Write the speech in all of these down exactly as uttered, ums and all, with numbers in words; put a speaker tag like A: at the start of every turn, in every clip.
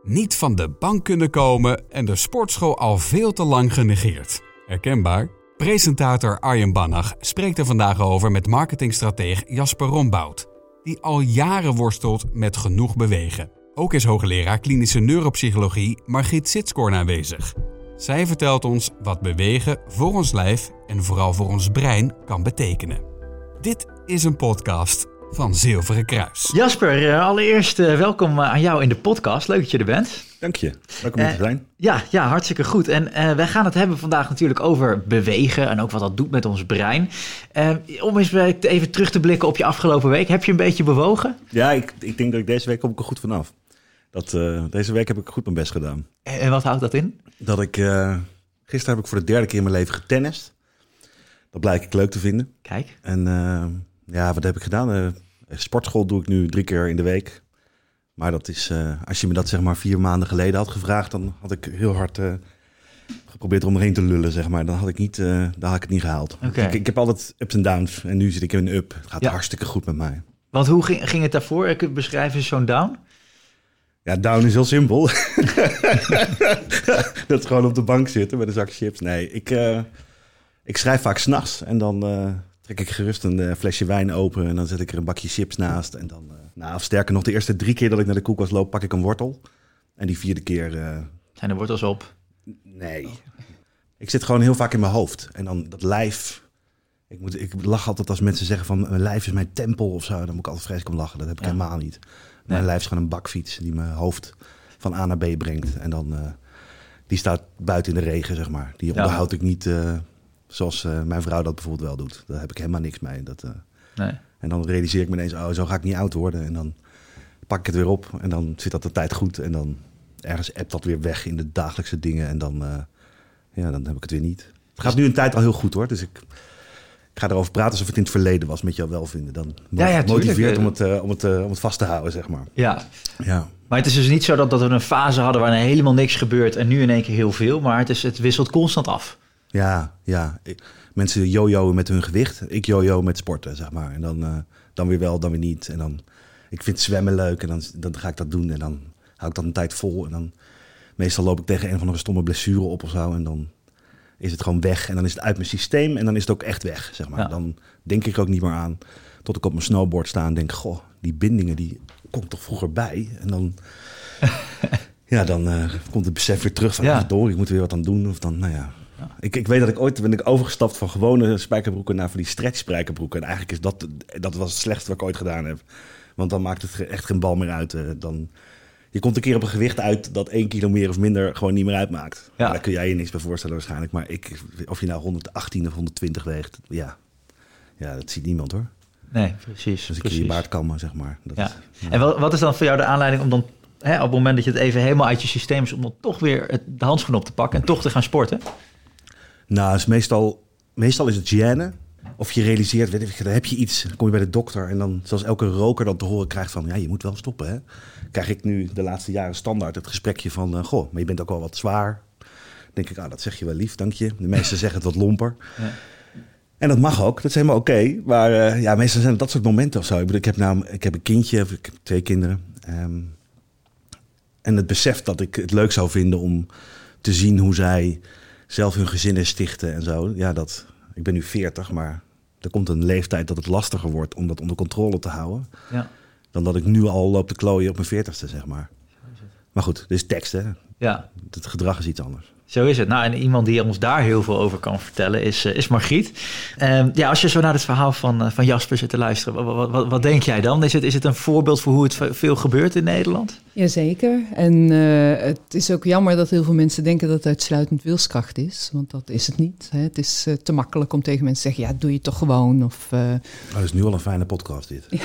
A: Niet van de bank kunnen komen en de sportschool al veel te lang genegeerd. Herkenbaar? Presentator Arjen Bannach spreekt er vandaag over met marketingstratege Jasper Rombout, die al jaren worstelt met genoeg bewegen. Ook is hoogleraar klinische neuropsychologie Margriet Sitskoorn aanwezig. Zij vertelt ons wat bewegen voor ons lijf en vooral voor ons brein kan betekenen. Dit is een podcast van Zilveren Kruis.
B: Jasper, allereerst uh, welkom aan jou in de podcast. Leuk dat je er bent.
C: Dank je. Leuk om hier uh, te zijn.
B: Ja, ja, hartstikke goed. En uh, wij gaan het hebben vandaag natuurlijk over bewegen en ook wat dat doet met ons brein. Uh, om eens even terug te blikken op je afgelopen week. Heb je een beetje bewogen?
C: Ja, ik, ik denk dat ik deze week kom ik er goed vanaf. Dat, uh, deze week heb ik goed mijn best gedaan.
B: En, en wat houdt dat in?
C: Dat ik, uh, gisteren heb ik voor de derde keer in mijn leven getennist. Dat blijkt ik leuk te vinden.
B: Kijk.
C: En uh, ja, wat heb ik gedaan? Uh, sportschool doe ik nu drie keer in de week. Maar dat is, uh, als je me dat zeg maar vier maanden geleden had gevraagd, dan had ik heel hard uh, geprobeerd om erheen te lullen, zeg maar. Dan had ik, niet, uh, dan had ik het niet gehaald.
B: Okay.
C: Ik, ik heb altijd ups en downs en nu zit ik in een up. Het gaat
B: ja.
C: hartstikke goed met mij.
B: Want hoe ging, ging het daarvoor? Kun je het beschrijven, zo'n down?
C: Ja, down is heel simpel. Dat is gewoon op de bank zitten met een zak chips. Nee, ik, uh, ik schrijf vaak 's nachts en dan uh, trek ik gerust een uh, flesje wijn open en dan zet ik er een bakje chips naast. En dan, uh, nou, of sterker nog, de eerste drie keer dat ik naar de koelkast loop, pak ik een wortel. En die vierde keer... Uh,
B: Zijn de wortels op?
C: Nee. Ik zit gewoon heel vaak in mijn hoofd. En dan dat lijf... Ik, moet, ik lach altijd als mensen zeggen van mijn lijf is mijn tempel of zo. Dan moet ik altijd vreselijk om lachen. Dat heb ik ja. helemaal niet. Mijn nee. lijf is gewoon een bakfiets die mijn hoofd van A naar B brengt. En dan, uh, die staat buiten in de regen, zeg maar. Die ja. onderhoud ik niet uh, zoals uh, mijn vrouw dat bijvoorbeeld wel doet. Daar heb ik helemaal niks mee. Dat, uh,
B: nee.
C: En dan realiseer ik me ineens, oh, zo ga ik niet oud worden. En dan pak ik het weer op en dan zit dat de tijd goed. En dan ergens appt dat weer weg in de dagelijkse dingen. En dan, uh, ja, dan heb ik het weer niet. Het gaat nu een tijd al heel goed, hoor. Dus ik... Ik ga erover praten alsof het in het verleden was met jouw welvinden. Dan
B: ja, ja,
C: motiveert om het, uh, om, het, uh, om het vast te houden, zeg maar.
B: Ja.
C: ja.
B: Maar het is dus niet zo dat, dat we een fase hadden waar er helemaal niks gebeurt en nu in één keer heel veel. Maar het, is, het wisselt constant af.
C: Ja, ja. Ik, mensen jojoen met hun gewicht. Ik jojo met sporten, zeg maar. En dan, uh, dan weer wel, dan weer niet. En dan, ik vind zwemmen leuk en dan, dan ga ik dat doen. En dan hou ik dat een tijd vol. En dan meestal loop ik tegen een van de stomme blessure op of zo. En dan... is het gewoon weg en dan is het uit mijn systeem en dan is het ook echt weg, zeg maar. Ja. Dan denk ik er ook niet meer aan tot ik op mijn snowboard sta en denk, goh, die bindingen, die komt toch vroeger bij? En dan, ja, dan uh, komt het besef weer terug van, ja. door, ik moet weer wat aan doen. Of dan, nou ja. ja. Ik, ik weet dat ik ooit ben ik overgestapt van gewone spijkerbroeken naar van die stretch spijkerbroeken. En eigenlijk is dat, dat was het slechtste wat ik ooit gedaan heb. Want dan maakt het echt geen bal meer uit. Uh, dan... Je komt een keer op een gewicht uit dat één kilo meer of minder gewoon niet meer uitmaakt. Ja. Daar kun jij je niks bij voorstellen waarschijnlijk. Maar ik, of je nou honderdachttien of honderdtwintig weegt, ja, ja dat ziet niemand, hoor.
B: Nee, precies.
C: Dus ik
B: precies.
C: je baard kammen, zeg maar. Dat
B: ja.
C: is, ja.
B: En wat, wat is dan voor jou de aanleiding om dan, hè, op het moment dat je het even helemaal uit je systeem is, om dan toch weer het, de handschoen op te pakken en toch te gaan sporten?
C: Nou, is meestal, meestal is het gêne. Of je realiseert, weet ik, dan heb je iets, dan kom je bij de dokter en dan, zoals elke roker dan te horen krijgt van, ja, je moet wel stoppen, hè. Krijg ik nu de laatste jaren standaard het gesprekje van, uh, goh, maar je bent ook wel wat zwaar. Dan denk ik, ah, dat zeg je wel lief, dank je. De meesten zeggen het wat lomper. Ja. En dat mag ook, dat is helemaal oké. Okay. Maar uh, ja, meestal zijn het dat soort momenten of zo. Ik bedoel, ik heb, nou, ik heb een kindje, of ik heb twee kinderen. Um, en het besef dat ik het leuk zou vinden om te zien hoe zij zelf hun gezinnen stichten en zo. Ja, dat... Ik ben nu veertig, maar er komt een leeftijd dat het lastiger wordt om dat onder controle te houden. Ja. Dan dat ik nu al loop te klooien op mijn veertigste, zeg maar. Maar goed, dit is tekst, hè?
B: Ja.
C: Het gedrag is iets anders.
B: Zo is het. Nou, en iemand die ons daar heel veel over kan vertellen is, uh, is Margriet. Um, ja, als je zo naar het verhaal van, uh, van Jasper zit te luisteren, wat, wat, wat denk jij dan? Is het, is het een voorbeeld voor hoe het veel gebeurt in Nederland?
D: Jazeker. En uh, het is ook jammer dat heel veel mensen denken dat het uitsluitend wilskracht is. Want dat is het niet. Hè. Het is uh, te makkelijk om tegen mensen te zeggen, ja, doe je toch gewoon. Of, uh...
C: oh, dat is nu al een fijne podcast, dit. Ja.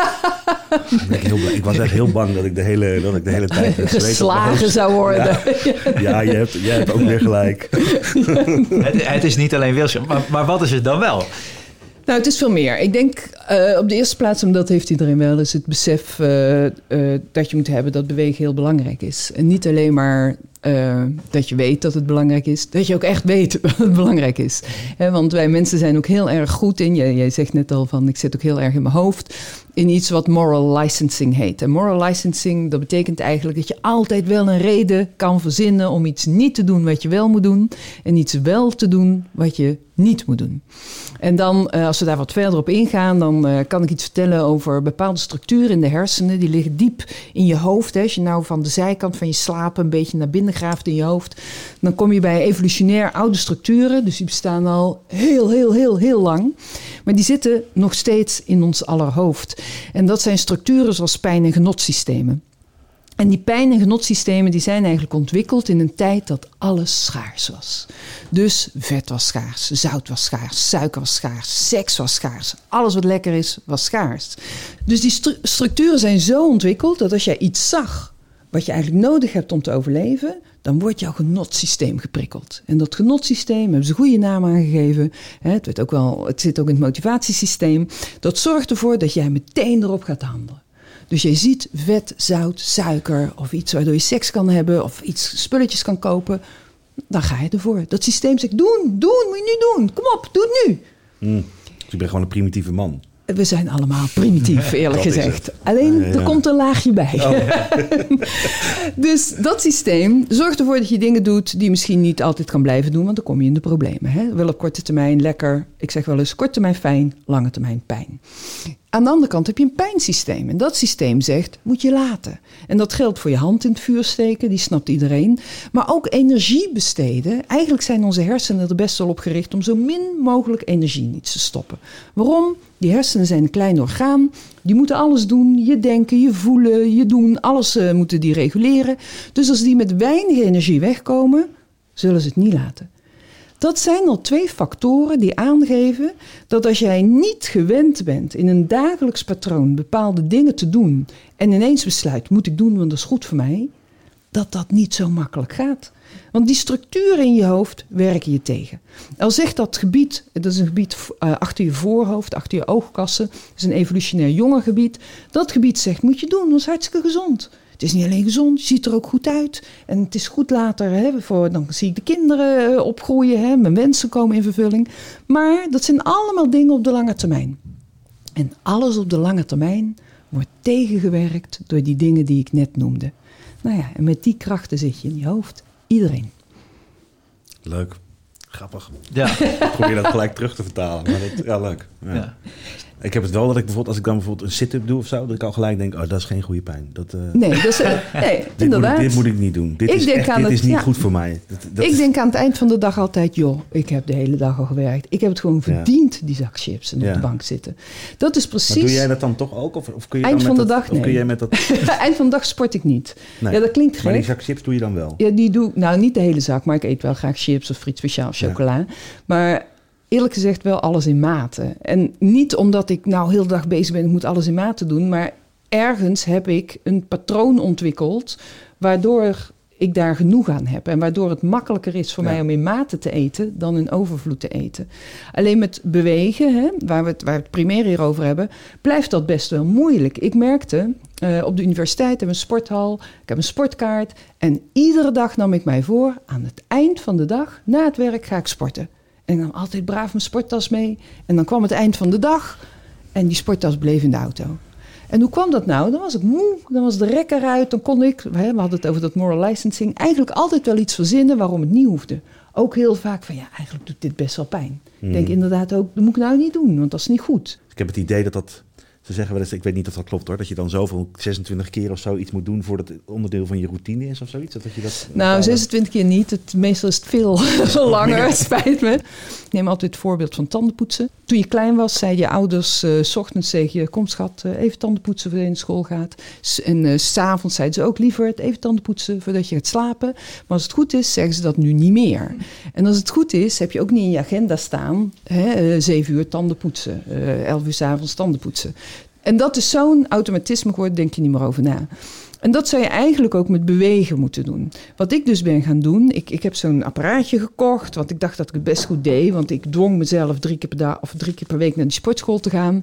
C: Ik, heel blij. Ik was echt heel bang dat ik de hele, dat ik de hele tijd
D: geslagen zou worden.
C: Ja, ja je, hebt, je hebt ook weer gelijk.
B: het, het is niet alleen wilskracht, maar, maar wat is het dan wel?
D: Nou, het is veel meer. Ik denk, Uh, op de eerste plaats, omdat heeft iedereen wel, is het besef uh, uh, dat je moet hebben dat bewegen heel belangrijk is. En niet alleen maar uh, dat je weet dat het belangrijk is, dat je ook echt weet dat het belangrijk is. He, want wij mensen zijn ook heel erg goed in, jij, jij zegt net al van ik zit ook heel erg in mijn hoofd, in iets wat moral licensing heet. En moral licensing, dat betekent eigenlijk dat je altijd wel een reden kan verzinnen om iets niet te doen wat je wel moet doen en iets wel te doen wat je niet moet doen. En dan, uh, als we daar wat verder op ingaan, dan uh, kan ik iets vertellen over bepaalde structuren in de hersenen. Die liggen diep in je hoofd. Hè. Als je nou van de zijkant van je slapen een beetje naar binnen graaft in je hoofd, dan kom je bij evolutionair oude structuren. Dus die bestaan al heel, heel, heel, heel lang. Maar die zitten nog steeds in ons aller hoofd. En dat zijn structuren zoals pijn- en genotsystemen. En die pijn- en genotsystemen die zijn eigenlijk ontwikkeld in een tijd dat alles schaars was. Dus vet was schaars, zout was schaars, suiker was schaars, seks was schaars. Alles wat lekker is, was schaars. Dus die stru- structuren zijn zo ontwikkeld dat als jij iets zag wat je eigenlijk nodig hebt om te overleven, dan wordt jouw genotsysteem geprikkeld. En dat genotsysteem, hebben ze een goede naam aangegeven, hè, het, werd ook wel, het zit ook in het motivatiesysteem, dat zorgt ervoor dat jij meteen erop gaat handelen. Dus je ziet vet, zout, suiker of iets waardoor je seks kan hebben of iets spulletjes kan kopen, dan ga je ervoor. Dat systeem zegt, doen, doen, moet je nu doen. Kom op, doe het nu.
C: Mm, dus je bent gewoon een primitieve man.
D: We zijn allemaal primitief, eerlijk gezegd. Alleen,
C: ja, ja.
D: er komt een laagje bij. Oh, ja. Dus dat systeem zorgt ervoor dat je dingen doet die je misschien niet altijd kan blijven doen, want dan kom je in de problemen. Hè? Wel op korte termijn lekker, ik zeg wel eens, korte termijn fijn, lange termijn pijn. Aan de andere kant heb je een pijnsysteem. En dat systeem zegt, moet je laten. En dat geldt voor je hand in het vuur steken, die snapt iedereen. Maar ook energie besteden. Eigenlijk zijn onze hersenen er best wel op gericht om zo min mogelijk energie in iets te stoppen. Waarom? Die hersenen zijn een klein orgaan. Die moeten alles doen. Je denken, je voelen, je doen. Alles uh, moeten die reguleren. Dus als die met weinig energie wegkomen, zullen ze het niet laten. Dat zijn al twee factoren die aangeven dat als jij niet gewend bent in een dagelijks patroon bepaalde dingen te doen en ineens besluit, moet ik doen, want dat is goed voor mij, dat dat niet zo makkelijk gaat. Want die structuren in je hoofd werken je tegen. Al zegt dat gebied, dat is een gebied uh, achter je voorhoofd, achter je oogkassen, dat is een evolutionair jonger gebied. Dat gebied zegt, moet je doen, dat is hartstikke gezond. Het is niet alleen gezond, je ziet er ook goed uit. En het is goed later, hè, voor, dan zie ik de kinderen opgroeien, hè, mijn wensen komen in vervulling. Maar dat zijn allemaal dingen op de lange termijn. En alles op de lange termijn wordt tegengewerkt door die dingen die ik net noemde. Nou ja, en met die krachten zit je in je hoofd. Iedereen.
C: Leuk. Grappig.
B: Ja.
C: Ik probeer dat gelijk terug te vertalen. Maar dat, ja, leuk. Ja. Ja. Ik heb het wel dat ik bijvoorbeeld, als ik dan bijvoorbeeld een sit-up doe of zo, dat ik al gelijk denk, oh, dat is geen goede pijn. Dat, uh,
D: nee, dat is, nee
C: dit
D: inderdaad.
C: Moet ik, dit moet ik niet doen. Dit
D: ik
C: is,
D: denk
C: echt,
D: aan
C: dit
D: het,
C: is niet
D: ja.
C: goed voor mij. Dat, dat
D: ik
C: is...
D: denk aan het eind van de dag altijd, joh, ik heb de hele dag al gewerkt. Ik heb het gewoon verdiend, ja. die zak chips en ja. op de bank zitten. Dat is precies...
C: Maar doe jij dat dan toch ook? Of, of kun je
D: eind
C: dan
D: van
C: met
D: de
C: dat,
D: dag, nee.
C: Of kun jij met dat...
D: eind van de dag sport ik niet.
C: Nee.
D: Ja, dat klinkt gek.
C: Maar die zak chips doe je dan wel?
D: Ja, die doe nou niet de hele zak, maar ik eet wel graag chips of friet speciaal chocola. Ja. Maar... eerlijk gezegd wel alles in mate. En niet omdat ik nou heel de dag bezig ben, ik moet alles in mate doen. Maar ergens heb ik een patroon ontwikkeld waardoor ik daar genoeg aan heb. En waardoor het makkelijker is voor ja. mij om in mate te eten dan in overvloed te eten. Alleen met bewegen, hè, waar, we het, waar we het primair hier over hebben, blijft dat best wel moeilijk. Ik merkte uh, op de universiteit, heb een sporthal, ik heb een sportkaart. En iedere dag nam ik mij voor, aan het eind van de dag, na het werk ga ik sporten. En ik nam altijd braaf mijn sporttas mee. En dan kwam het eind van de dag en die sporttas bleef in de auto. En hoe kwam dat nou? Dan was ik moe, dan was de rek eruit. Dan kon ik, we hadden het over dat moral licensing, eigenlijk altijd wel iets verzinnen waarom het niet hoefde. Ook heel vaak van, ja, eigenlijk doet dit best wel pijn. Mm. Ik denk inderdaad ook, dat moet ik nou niet doen, want dat is niet goed.
C: Ik heb het idee dat dat... Ze zeggen wel eens, ik weet niet of dat klopt hoor, dat je dan zoveel zesentwintig keer of zo iets moet doen voordat het onderdeel van je routine is of zoiets. Dat je dat
D: nou, bepaalde... zesentwintig keer niet. Het, meestal is het veel langer, het spijt me. Ik neem altijd het voorbeeld van tandenpoetsen. Toen je klein was, zeiden je ouders, uh, 's ochtends tegen je, kom schat, uh, even tandenpoetsen voordat je naar school gaat. S- en uh, 's avonds zeiden ze ook liever, even tandenpoetsen voordat je gaat slapen. Maar als het goed is, zeggen ze dat nu niet meer. En als het goed is, heb je ook niet in je agenda staan, hè, uh, zeven uur tandenpoetsen, uh, elf uur 's avonds tandenpoetsen. En dat is zo'n automatisme geworden, denk je niet meer over na. En dat zou je eigenlijk ook met bewegen moeten doen. Wat ik dus ben gaan doen, ik, ik heb zo'n apparaatje gekocht, want ik dacht dat ik het best goed deed. Want ik dwong mezelf drie keer per dag of drie keer per week naar die sportschool te gaan.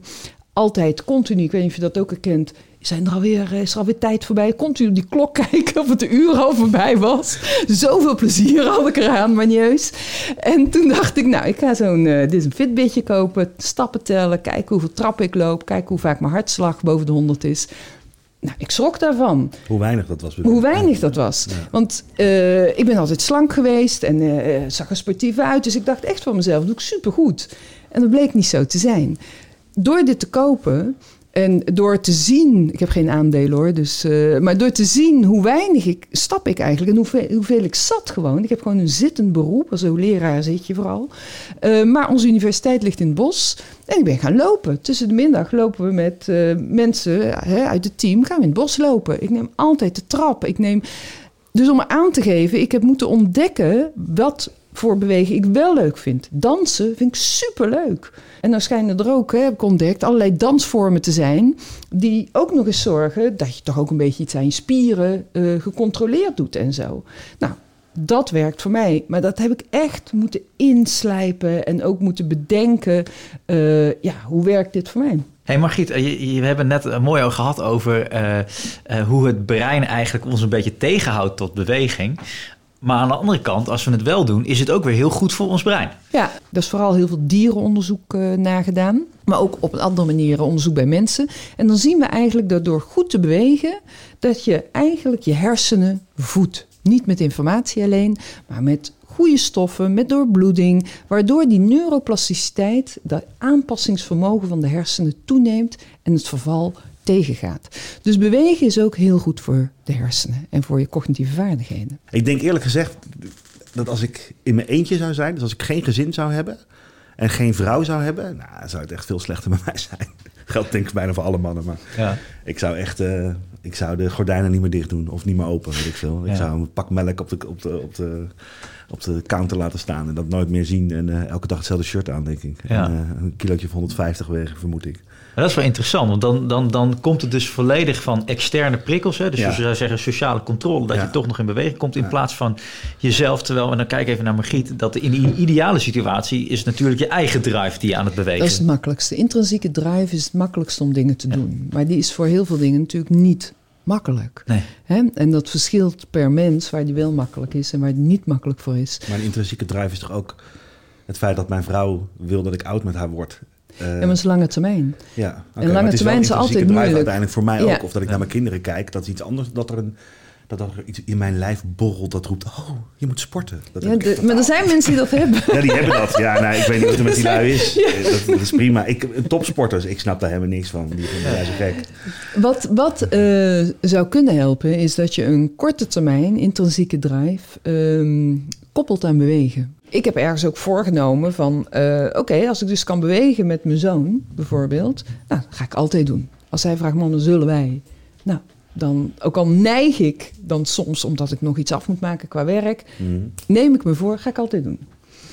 D: altijd continu, ik weet niet of je dat ook herkent... Zijn er alweer, is er alweer tijd voorbij? Continu op die klok kijken of het de uur al voorbij was. Zoveel plezier had ik eraan, manieus. En toen dacht ik, nou, ik ga zo'n uh, dit is een Fitbitje kopen, stappen tellen, kijken hoeveel trappen ik loop, kijken hoe vaak mijn hartslag boven de honderd is. Nou, ik schrok daarvan.
C: Hoe weinig dat was.
D: Hoe weinig dat was. Ja. Want uh, ik ben altijd slank geweest en uh, zag er sportief uit. Dus ik dacht echt van mezelf, doe ik supergoed. En dat bleek niet zo te zijn. Door dit te kopen... En door te zien, ik heb geen aandelen hoor, dus, uh, maar door te zien hoe weinig ik stap ik eigenlijk en hoeveel, hoeveel ik zat gewoon. Ik heb gewoon een zittend beroep, als hoogleraar zit je vooral. Uh, maar onze universiteit ligt in het bos en ik ben gaan lopen. Tussen de middag lopen we met uh, mensen hè, uit het team, gaan we in het bos lopen. Ik neem altijd de trap. Ik neem, dus om me aan te geven, ik heb moeten ontdekken wat voor beweging ik wel leuk vind. Dansen vind ik superleuk. En dan schijnen er ook, hè, heb ik ontdekt, allerlei dansvormen te zijn... die ook nog eens zorgen dat je toch ook een beetje iets aan je spieren uh, gecontroleerd doet en zo. Nou, dat werkt voor mij. Maar dat heb ik echt moeten inslijpen en ook moeten bedenken. Uh, ja, hoe werkt dit voor mij?
B: Hey Margriet, je, je, we hebben net een mooi gehad over uh, uh, hoe het brein eigenlijk ons een beetje tegenhoudt tot beweging... Maar aan de andere kant, als we het wel doen, is het ook weer heel goed voor ons brein.
D: Ja, er is vooral heel veel dierenonderzoek uh, nagedaan. Maar ook op een andere manier onderzoek bij mensen. En dan zien we eigenlijk dat door goed te bewegen... dat je eigenlijk je hersenen voedt. Niet met informatie alleen, maar met goede stoffen, met doorbloeding... waardoor die neuroplasticiteit, dat aanpassingsvermogen van de hersenen toeneemt... en het verval tegengaat. Dus bewegen is ook heel goed voor de hersenen en voor je cognitieve vaardigheden.
C: Ik denk eerlijk gezegd dat als ik in mijn eentje zou zijn, dus als ik geen gezin zou hebben en geen vrouw zou hebben, nou, zou het echt veel slechter met mij zijn. Geldt denk ik bijna voor alle mannen, maar ja. ik zou echt, uh, ik zou de gordijnen niet meer dicht doen of niet meer open, weet ik veel. Ik ja. zou een pak melk op de, op de, op de, op de counter laten staan en dat nooit meer zien en uh, elke dag hetzelfde shirt aan, denk ik. Ja. En, uh, een kilootje van honderdvijftig wegen, vermoed ik.
B: Dat is wel interessant, want dan, dan, dan komt het dus volledig van externe prikkels. Hè? Dus
C: ja.
B: je zou zeggen sociale controle, dat ja. je toch nog in beweging komt in ja. plaats van jezelf. Terwijl, en dan kijk even naar Margriet, dat in die ideale situatie is natuurlijk je eigen drive die je aan het bewegen.
D: Dat is het makkelijkste. Intrinsieke drive is het makkelijkste om dingen te ja. doen. Maar die is voor heel veel dingen natuurlijk niet makkelijk.
B: Nee.
D: Hè? En dat verschilt per mens waar die wel makkelijk is en waar die niet makkelijk voor is.
C: Maar een intrinsieke drive is toch ook het feit dat mijn vrouw wil dat ik oud met haar word.
D: Uh, ja, maar het is lange termijn.
C: Ja, okay,
D: en lange termijn is altijd moeilijk.
C: Uiteindelijk voor mij
D: ja.
C: ook. Of dat ik naar mijn kinderen kijk, dat is iets anders. Dat er, een, dat er iets in mijn lijf borrelt dat roept, oh, je moet sporten. Dat
D: ja, de, maar er zijn mensen die dat hebben.
C: Ja, die hebben dat. Ja, nou, ik weet niet wat er met die lui is. Ja. Dat, dat is prima. Ik, topsporters, ik snap daar helemaal niks van. Die vinden mij zo gek.
D: Wat, wat uh, zou kunnen helpen, is dat je een korte termijn intrinsieke drive um, koppelt aan bewegen. Ik heb ergens ook voorgenomen van, uh, oké, okay, als ik dus kan bewegen met mijn zoon bijvoorbeeld, nou, dat ga ik altijd doen. Als hij vraagt, mama, zullen wij? Nou, dan, ook al neig ik dan soms, omdat ik nog iets af moet maken qua werk, mm. neem ik me voor, ga ik altijd doen.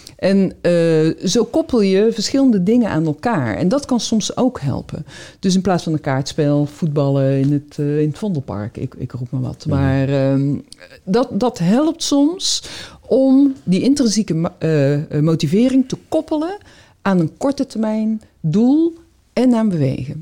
D: En uh, zo koppel je verschillende dingen aan elkaar. En dat kan soms ook helpen. Dus in plaats van een kaartspel, voetballen in het, uh, in het Vondelpark, ik, ik roep maar wat. Mm. Maar uh, dat, dat helpt soms om die intrinsieke uh, motivering te koppelen aan een korte termijn doel en aan bewegen.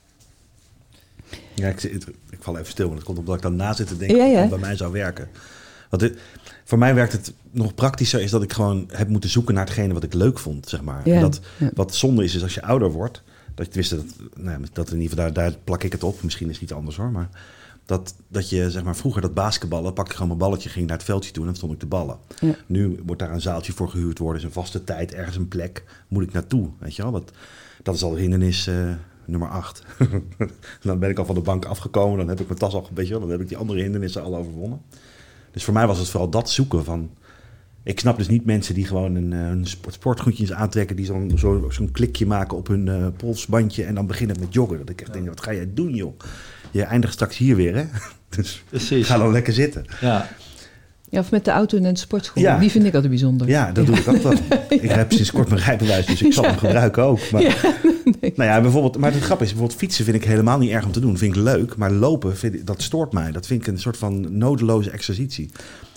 C: Ja, ik, ik, ik val even stil, want het komt omdat ik dan na zit te denken
D: ja, ja.
C: wat bij mij zou werken. Want dit, voor mij werkt het nog praktischer, is dat ik gewoon heb moeten zoeken naar hetgene wat ik leuk vond, zeg maar.
D: Ja,
C: en dat,
D: ja.
C: Wat zonde is, is als je ouder wordt, dat je wist dat, nou, dat in ieder geval, daar, daar plak ik het op. Misschien is het iets anders hoor, maar dat, dat je, zeg maar, vroeger dat basketballen, pakte ik gewoon mijn balletje, ging naar het veldje toe en dan stond ik te ballen. Ja. Nu wordt daar een zaaltje voor gehuurd worden, is een vaste tijd, ergens een plek, moet ik naartoe, weet je wel. Dat, dat is al hindernis uh, nummer acht. Dan ben ik al van de bank afgekomen, dan heb ik mijn tas al, weet je wel, dan heb ik die andere hindernissen al overwonnen. Dus voor mij was het vooral dat zoeken van. Ik snap dus niet mensen die gewoon een, een sport, sportgoedjes aantrekken, die zo'n, zo, zo'n klikje maken op hun uh, polsbandje en dan beginnen met joggen. Dat ik echt denk, wat ga jij doen, joh? Je eindigt straks hier weer, hè? Dus Precies. Ga dan lekker zitten.
B: Ja.
D: Ja, of met de auto naar de sportschool.
C: Ja.
D: Die vind ik altijd bijzonder.
C: Ja, dat ja. doe ik ook wel. Ik ja. heb sinds kort mijn rijbewijs, dus ik zal ja. hem gebruiken ook. Maar, ja, nee. nou ja, bijvoorbeeld, maar het grap is, bijvoorbeeld fietsen vind ik helemaal niet erg om te doen. Vind ik leuk, maar lopen, vind ik, dat stoort mij. Dat vind ik een soort van nodeloze exercitie.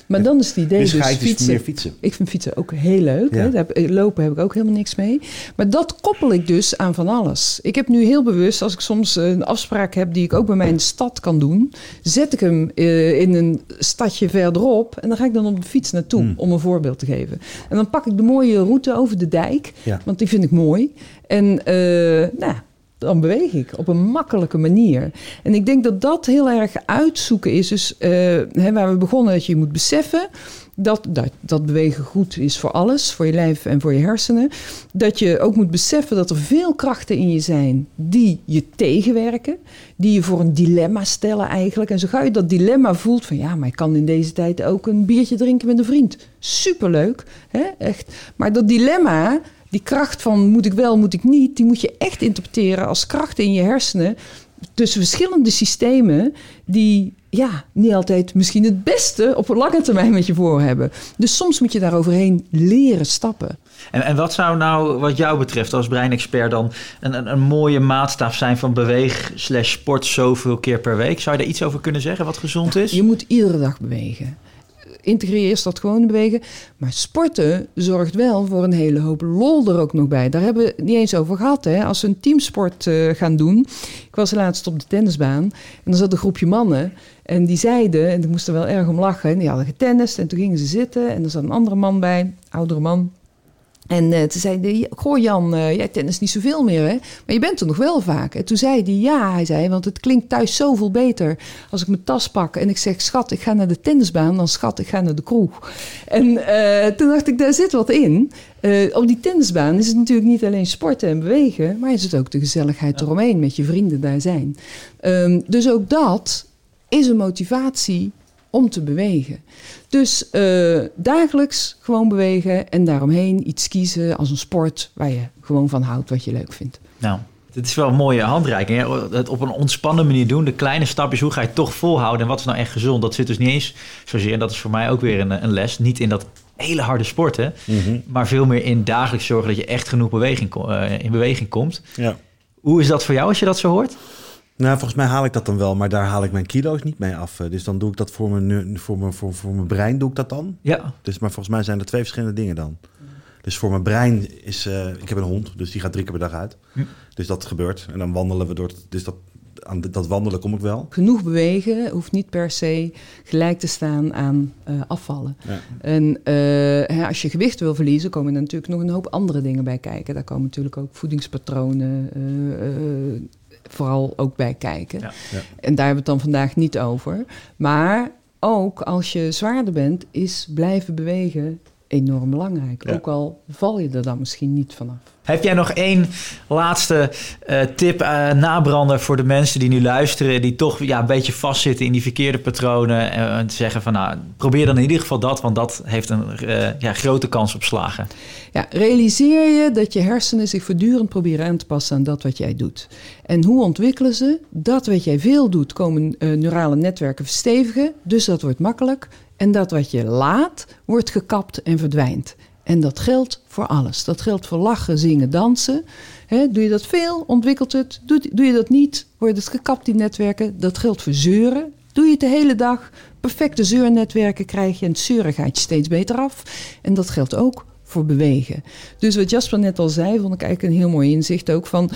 D: Maar dan is het idee dus
C: Bescheid is
D: fietsen.
C: meer fietsen.
D: Ik vind fietsen ook heel leuk.
C: Ja.
D: Hè? Daar heb, lopen heb ik ook helemaal niks mee. Maar dat koppel ik dus aan van alles. Ik heb nu heel bewust, als ik soms een afspraak heb die ik ook bij mij in de stad kan doen, zet ik hem uh, in een stadje verderop en dan ga ik dan op de fiets naartoe, hmm. om een voorbeeld te geven. En dan pak ik de mooie route over de dijk, ja. want die vind ik mooi. En uh, nou, dan beweeg ik op een makkelijke manier. En ik denk dat dat heel erg uitzoeken is. Dus uh, hè, waar we begonnen, dat je moet beseffen dat, dat dat bewegen goed is voor alles, voor je lijf en voor je hersenen. Dat je ook moet beseffen dat er veel krachten in je zijn die je tegenwerken, die je voor een dilemma stellen eigenlijk. En zo gauw je dat dilemma voelt van ja, maar ik kan in deze tijd ook een biertje drinken met een vriend. Superleuk, hè? Echt. Maar dat dilemma, die kracht van moet ik wel, moet ik niet, die moet je echt interpreteren als krachten in je hersenen tussen verschillende systemen die ja, niet altijd misschien het beste op een lange termijn met je voor hebben. Dus soms moet je daar overheen leren stappen.
B: En, en wat zou nou, wat jou betreft als breinexpert dan een, een, een mooie maatstaf zijn van beweeg slash sport zoveel keer per week? Zou je daar iets over kunnen zeggen wat gezond is?
D: Je moet iedere dag bewegen. Integreer eerst dat gewone bewegen. Maar sporten zorgt wel voor een hele hoop lol er ook nog bij. Daar hebben we het niet eens over gehad. Hè? Als we een teamsport uh, gaan doen. Ik was laatst op de tennisbaan. En er zat een groepje mannen. En die zeiden, en ik moest er wel erg om lachen. En die hadden getennist. En toen gingen ze zitten. En er zat een andere man bij. Oudere man. En uh, toen zei hij, goh Jan, uh, jij tennis niet zoveel meer, hè? Maar je bent er nog wel vaak. En toen zei hij, ja, hij zei, want het klinkt thuis zoveel beter als ik mijn tas pak en ik zeg, schat, ik ga naar de tennisbaan, dan schat, ik ga naar de kroeg. En uh, toen dacht ik, daar zit wat in. Uh, op die tennisbaan is het natuurlijk niet alleen sporten en bewegen, maar is het ook de gezelligheid eromheen, met je vrienden daar zijn. Um, dus ook dat is een motivatie om te bewegen. Dus uh, dagelijks gewoon bewegen en daaromheen iets kiezen als een sport waar je gewoon van houdt, wat je leuk vindt.
B: Nou, dit is wel een mooie handreiking. Hè? Het op een ontspannen manier doen, de kleine stapjes, hoe ga je het toch volhouden en wat is nou echt gezond? Dat zit dus niet eens zozeer, en dat is voor mij ook weer een, een les, niet in dat hele harde sporten, mm-hmm. maar veel meer in dagelijks zorgen dat je echt genoeg beweging, uh, in beweging komt.
C: Ja.
B: Hoe is dat voor jou als je dat zo hoort?
C: Nou, volgens mij haal ik dat dan wel, maar daar haal ik mijn kilo's niet mee af. Dus dan doe ik dat voor mijn, voor mijn, voor, voor mijn brein, doe ik dat dan.
B: Ja.
C: Dus, maar volgens mij zijn er twee verschillende dingen dan. Dus voor mijn brein is, uh, ik heb een hond, dus die gaat drie keer per dag uit. Hm. Dus dat gebeurt. En dan wandelen we door, dus dat, aan dat wandelen kom ik wel.
D: Genoeg bewegen hoeft niet per se gelijk te staan aan uh, afvallen. Ja. En uh, hè, als je gewicht wil verliezen, komen er natuurlijk nog een hoop andere dingen bij kijken. Daar komen natuurlijk ook voedingspatronen, uh, uh, vooral ook bij kijken. Ja, ja. En daar hebben we het dan vandaag niet over. Maar ook als je zwaarder bent, is blijven bewegen enorm belangrijk. Ja. Ook al val je er dan misschien niet vanaf.
B: Heb jij nog één laatste uh, tip, uh, nabrander voor de mensen die nu luisteren, die toch ja, een beetje vastzitten in die verkeerde patronen en uh, zeggen van nou, probeer dan in ieder geval dat, want dat heeft een uh, ja, grote kans op slagen.
D: Ja, realiseer je dat je hersenen zich voortdurend proberen aan te passen aan dat wat jij doet. En hoe ontwikkelen ze? Dat wat jij veel doet, komen uh, neurale netwerken verstevigen, dus dat wordt makkelijk. En dat wat je laat, wordt gekapt en verdwijnt. En dat geldt voor alles. Dat geldt voor lachen, zingen, dansen. He, doe je dat veel, ontwikkelt het. Doe, doe je dat niet, wordt het gekapt, die netwerken. Dat geldt voor zeuren. Doe je het de hele dag, perfecte zeurnetwerken krijg je. En het zeuren gaat je steeds beter af. En dat geldt ook voor bewegen. Dus wat Jasper net al zei, vond ik eigenlijk een heel mooi inzicht ook van,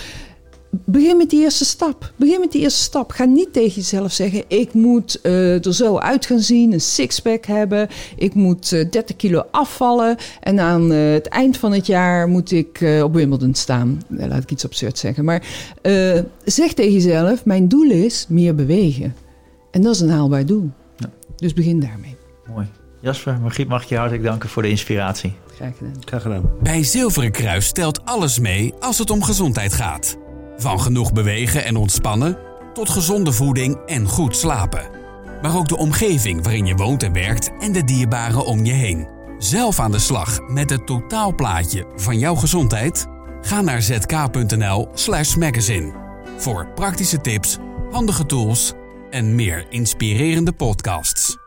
D: begin met die eerste stap. Begin met die eerste stap. Ga niet tegen jezelf zeggen, ik moet uh, er zo uit gaan zien, een sixpack hebben. Ik moet uh, dertig kilo afvallen. En aan uh, het eind van het jaar moet ik uh, op Wimbledon staan. Uh, laat ik iets absurd zeggen. Maar uh, zeg tegen jezelf, mijn doel is meer bewegen. En dat is een haalbaar doel. Ja. Dus begin daarmee.
B: Mooi. Jasper, Margriet, mag ik je hartelijk danken voor de inspiratie.
D: Graag gedaan.
C: Graag gedaan.
A: Bij Zilveren Kruis telt alles mee als het om gezondheid gaat. Van genoeg bewegen en ontspannen tot gezonde voeding en goed slapen. Maar ook de omgeving waarin je woont en werkt en de dierbaren om je heen. Zelf aan de slag met het totaalplaatje van jouw gezondheid? Ga naar zk.nl slash magazine voor praktische tips, handige tools en meer inspirerende podcasts.